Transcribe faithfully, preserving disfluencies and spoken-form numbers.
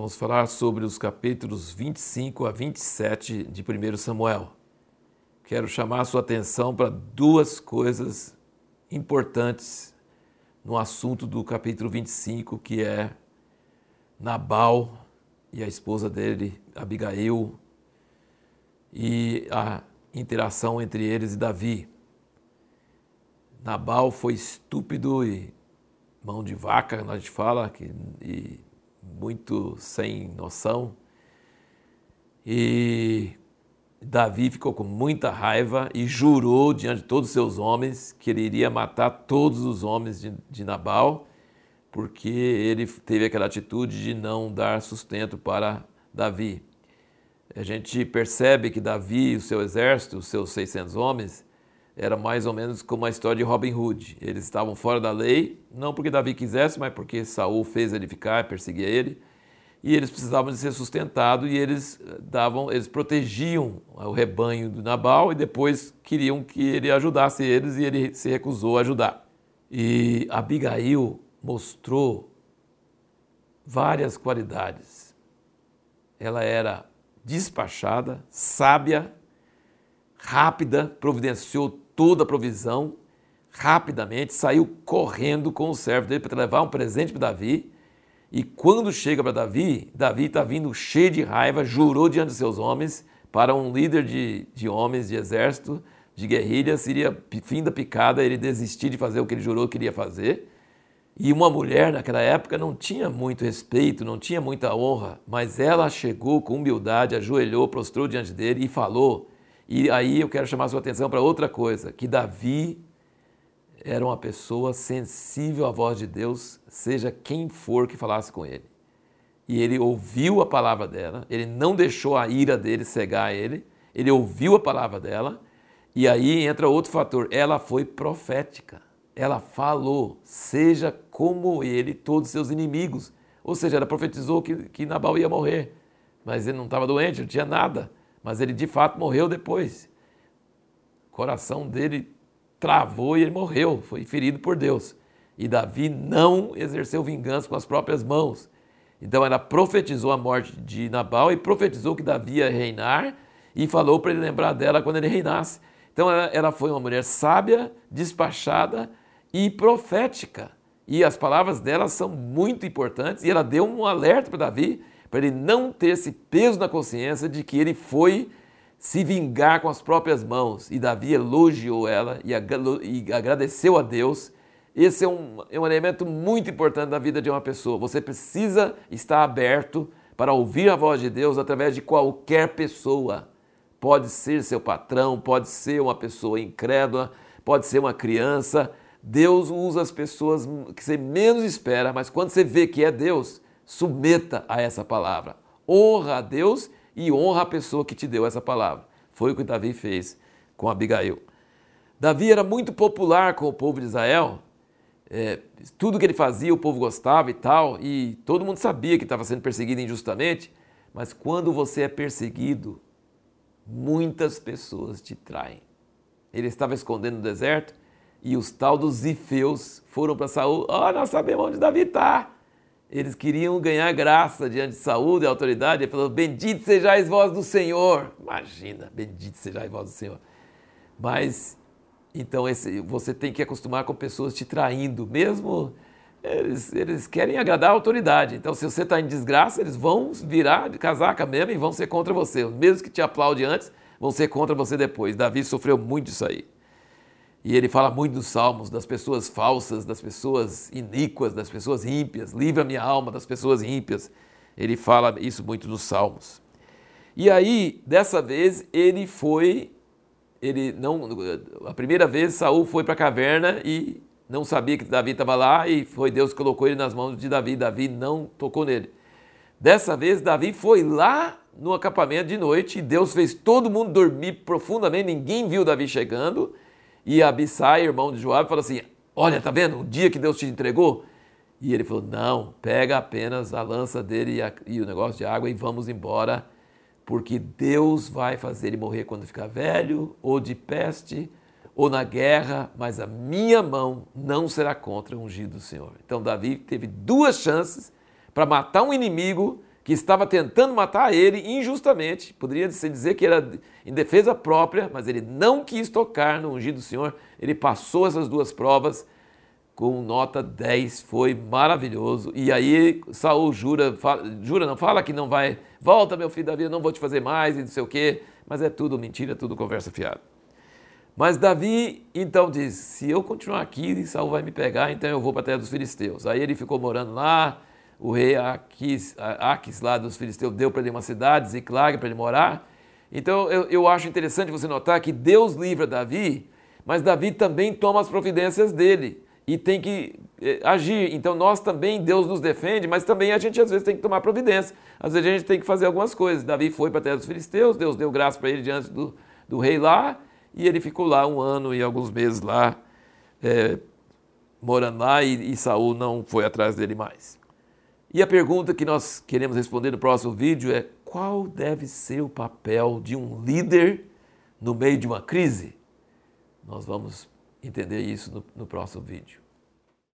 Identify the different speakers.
Speaker 1: Vamos falar sobre os capítulos vinte e cinco a vinte e sete de primeiro Samuel. Quero chamar a sua atenção para duas coisas importantes no assunto do capítulo vinte e cinco, que é Nabal e a esposa dele, Abigail, e a interação entre eles e Davi. Nabal foi estúpido e mão de vaca, a gente fala, que, e muito sem noção. E Davi ficou com muita raiva e jurou diante de todos os seus homens que ele iria matar todos os homens de, de Nabal, porque ele teve aquela atitude de não dar sustento para Davi. A gente percebe que Davi e o seu exército, os seus seiscentos homens, era mais ou menos como a história de Robin Hood. Eles estavam fora da lei, não porque Davi quisesse, mas porque Saul fez ele ficar, perseguia ele, e eles precisavam de ser sustentados, e eles davam, eles protegiam o rebanho do Nabal e depois queriam que ele ajudasse eles, e ele se recusou a ajudar. E Abigail mostrou várias qualidades. Ela era despachada, sábia, rápida, providenciou toda a provisão, rapidamente, saiu correndo com o servo dele para levar um presente para Davi, e quando chega para Davi, Davi está vindo cheio de raiva, jurou diante de seus homens, para um líder de, de homens de exército, de guerrilha, seria fim da picada ele desistir de fazer o que ele jurou que iria fazer. E uma mulher naquela época não tinha muito respeito, não tinha muita honra, mas ela chegou com humildade, ajoelhou, prostrou diante dele e falou. E aí eu quero chamar a sua atenção para outra coisa, que Davi era uma pessoa sensível à voz de Deus, seja quem for que falasse com ele. E ele ouviu a palavra dela, ele não deixou a ira dele cegar ele, ele ouviu a palavra dela, e aí entra outro fator, ela foi profética. Ela falou, seja como ele, todos os seus inimigos. Ou seja, ela profetizou que, que Nabal ia morrer, mas ele não estava doente, não tinha nada. Mas ele de fato morreu depois. O coração dele travou e ele morreu, foi ferido por Deus. E Davi não exerceu vingança com as próprias mãos. Então ela profetizou a morte de Nabal e profetizou que Davi ia reinar e falou para ele lembrar dela quando ele reinasse. Então ela, ela foi uma mulher sábia, despachada e profética. E as palavras dela são muito importantes e ela deu um alerta para Davi, para ele não ter esse peso na consciência de que ele foi se vingar com as próprias mãos. E Davi elogiou ela e agradeceu a Deus. Esse é um, é um elemento muito importante na vida de uma pessoa. Você precisa estar aberto para ouvir a voz de Deus através de qualquer pessoa. Pode ser seu patrão, pode ser uma pessoa incrédula, pode ser uma criança. Deus usa as pessoas que você menos espera, mas quando você vê que é Deus, submeta a essa palavra. Honra a Deus e honra a pessoa que te deu essa palavra. Foi o que Davi fez com Abigail. Davi era muito popular com o povo de Israel. É, tudo que ele fazia o povo gostava e tal, e todo mundo sabia que estava sendo perseguido injustamente, mas quando você é perseguido, muitas pessoas te traem. Ele estava escondendo no deserto e os tal dos zifeus foram para Saul. Ó, oh, nós sabemos onde Davi está. Eles queriam ganhar graça diante de Saul, de autoridade. Ele falou, bendito sejais vós do Senhor. Imagina, bendito sejais vós do Senhor. Mas, então, esse, você tem que acostumar com pessoas te traindo, mesmo eles, eles querem agradar a autoridade. Então, se você está em desgraça, eles vão virar de casaca mesmo e vão ser contra você. Os mesmos que te aplaudem antes, vão ser contra você depois. Davi sofreu muito disso aí. E ele fala muito dos salmos, das pessoas falsas, das pessoas iníquas, das pessoas ímpias. Livra minha alma das pessoas ímpias. Ele fala isso muito nos salmos. E aí, dessa vez, ele foi... Ele não, a primeira vez, Saul foi para a caverna e não sabia que Davi estava lá e foi Deus que colocou ele nas mãos de Davi. Davi não tocou nele. Dessa vez, Davi foi lá no acampamento de noite e Deus fez todo mundo dormir profundamente. Ninguém viu Davi chegando. E Abissai, irmão de Joabe, falou assim, olha, tá vendo o dia que Deus te entregou? E ele falou, não, pega apenas a lança dele e, a, e o negócio de água e vamos embora, porque Deus vai fazer ele morrer quando ficar velho, ou de peste, ou na guerra, mas a minha mão não será contra o ungido do Senhor. Então Davi teve duas chances para matar um inimigo que estava tentando matar ele injustamente, poderia se dizer que era em defesa própria, mas ele não quis tocar no ungido do Senhor, ele passou essas duas provas com nota dez, foi maravilhoso. E aí Saul jura, fala, jura não, fala que não vai, volta meu filho Davi, eu não vou te fazer mais e não sei o quê, mas é tudo mentira, tudo conversa fiada. Mas Davi então diz, se eu continuar aqui, Saul vai me pegar, então eu vou para a terra dos filisteus. Aí ele ficou morando lá, o rei Aquis, Aquis lá dos filisteus deu para ele uma cidade, Ziclag, para ele morar. Então eu, eu acho interessante você notar que Deus livra Davi, mas Davi também toma as providências dele e tem que eh, agir. Então nós também, Deus nos defende, mas também a gente às vezes tem que tomar providência. Às vezes a gente tem que fazer algumas coisas. Davi foi para a terra dos filisteus, Deus deu graça para ele diante do, do rei lá, e ele ficou lá um ano e alguns meses lá, é, morando lá, e, e Saul não foi atrás dele mais. E a pergunta que nós queremos responder no próximo vídeo é: qual deve ser o papel de um líder no meio de uma crise? Nós vamos entender isso no, no próximo vídeo.